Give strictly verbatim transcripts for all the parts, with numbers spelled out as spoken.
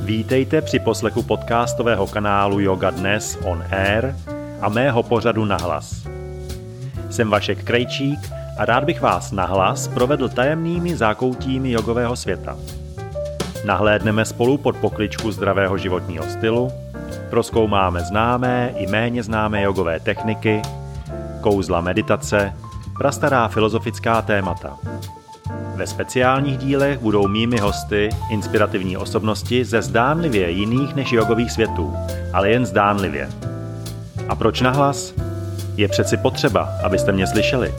Vítejte při poslechu podcastového kanálu Yoga Dnes on Air a mého pořadu Nahlas. Jsem Vašek Krejčík a rád bych vás nahlas provedl tajemnými zákoutími jogového světa. Nahlédneme spolu pod pokličku zdravého životního stylu, prozkoumáme známé i méně známé jogové techniky, kouzla meditace, prastará filozofická témata. Ve speciálních dílech budou mými hosty inspirativní osobnosti ze zdánlivě jiných než jogových světů, ale jen zdánlivě. A proč nahlas? Je přeci potřeba, abyste mě slyšeli.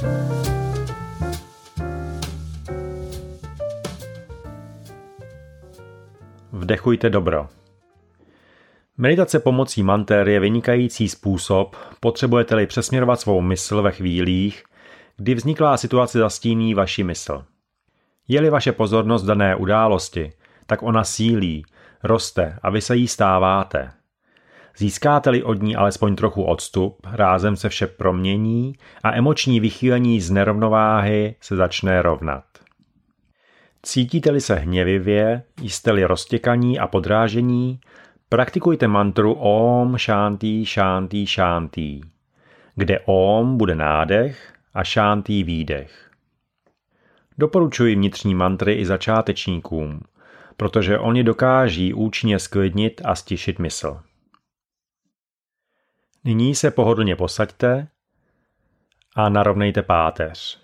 Vdechujte dobro. Meditace pomocí manter je vynikající způsob, potřebujete-li přesměrovat svou mysl ve chvílích, kdy vzniklá situace zastíní vaši mysl. Je-li vaše pozornost dané události, tak ona sílí, roste a vy se jí stáváte. Získáte-li od ní alespoň trochu odstup, rázem se vše promění a emoční vychýlení z nerovnováhy se začne rovnat. Cítíte-li se hněvivě, jste-li roztěkaní a podrážení, praktikujte mantru Om Shanti Shanti Shanti, kde Om bude nádech a Shanti výdech. Doporučuji vnitřní mantry i začátečníkům, protože oni dokáží účinně sklidnit a stišit mysl. Nyní se pohodlně posaďte a narovnejte páteř.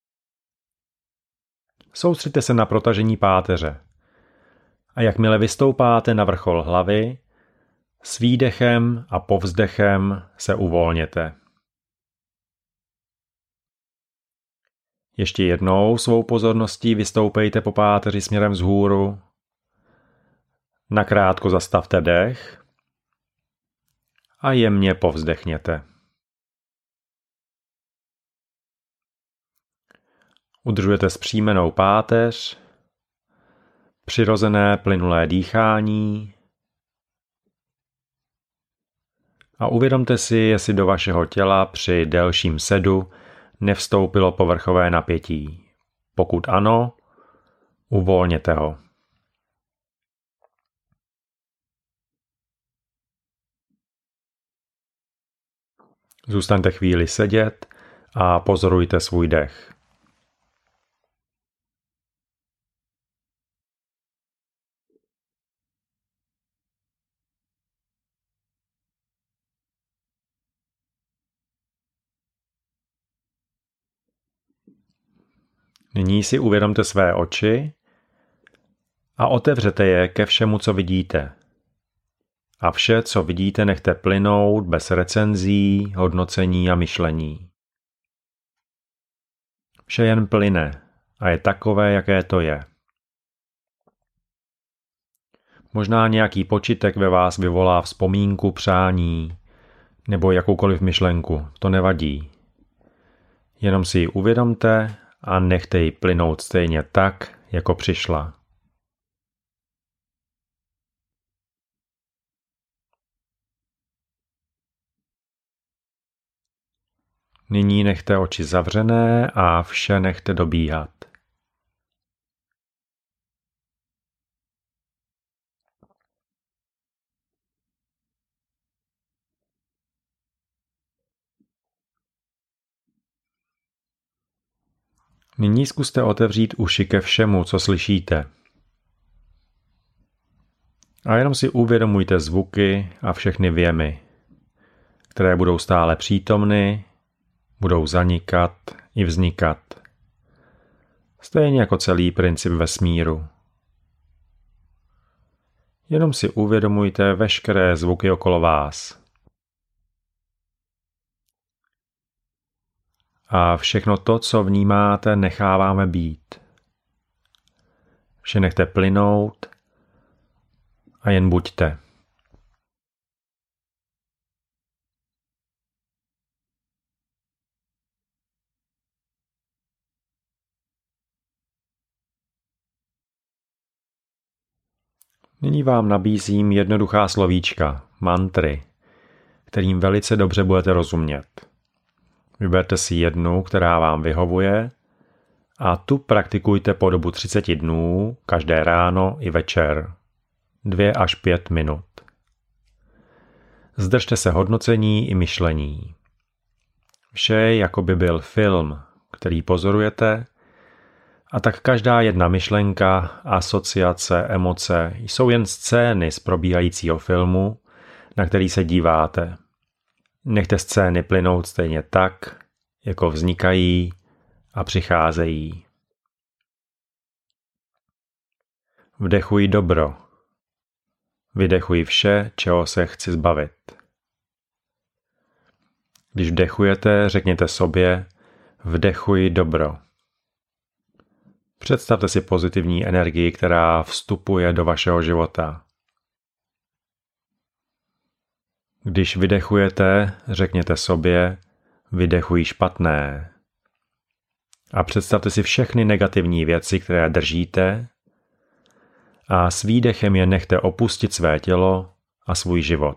Soustřeďte se na protažení páteře a jakmile vystoupáte na vrchol hlavy, s výdechem a povzdechem se uvolněte. Ještě jednou svou pozorností vystoupejte po páteři směrem vzhůru. Nakrátko zastavte dech a jemně povzdechněte. Udržujete zpříjmenou páteř, přirozené plynulé dýchání a uvědomte si, jestli do vašeho těla při delším sedu nevstoupilo povrchové napětí. Pokud ano, uvolněte ho. Zůstaňte chvíli sedět a pozorujte svůj dech. Nyní si uvědomte své oči a otevřete je ke všemu, co vidíte. A vše, co vidíte, nechte plynout bez recenzí, hodnocení a myšlení. Vše jen plyne a je takové, jaké to je. Možná nějaký počitek ve vás vyvolá vzpomínku, přání nebo jakoukoliv myšlenku, to nevadí. Jenom si ji uvědomte a nechte ji plynout stejně tak, jako přišla. Nyní nechte oči zavřené a vše nechte dobíhat. Nyní zkuste otevřít uši ke všemu, co slyšíte. A jenom si uvědomujte zvuky a všechny věmy, které budou stále přítomny, budou zanikat i vznikat. Stejně jako celý princip vesmíru. Jenom si uvědomujte veškeré zvuky okolo vás. A všechno to, co vnímáte, necháváme být. Vše nechte plynout a jen buďte. Nyní vám nabízím jednoduchá slovíčka, mantry, kterým velice dobře budete rozumět. Vyberte si jednu, která vám vyhovuje a tu praktikujte po dobu třicet dnů, každé ráno i večer. dvě až pět minut. Zdržte se hodnocení i myšlení. Vše jako by byl film, který pozorujete, a tak každá jedna myšlenka, asociace, emoce jsou jen scény z probíhajícího filmu, na který se díváte. Nechte scény plynout stejně tak, jako vznikají a přicházejí. Vdechuji dobro. Vydechuji vše, čeho se chci zbavit. Když vdechujete, řekněte sobě: vdechuji dobro. Představte si pozitivní energii, která vstupuje do vašeho života. Když vydechujete, řekněte sobě: vydechuji špatné. A představte si všechny negativní věci, které držíte, a s výdechem je nechte opustit své tělo a svůj život.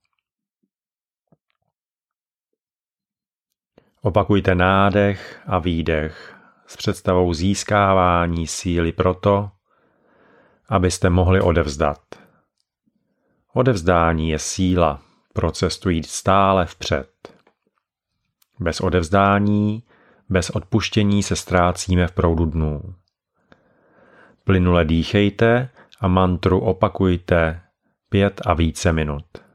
Opakujte nádech a výdech s představou získávání síly proto, abyste mohli odevzdat. Odevzdání je síla pro cestu jít stále vpřed. Bez odevzdání, bez odpuštění se ztrácíme v proudu dnů. Plynule dýchejte a mantru opakujte pět a více minut.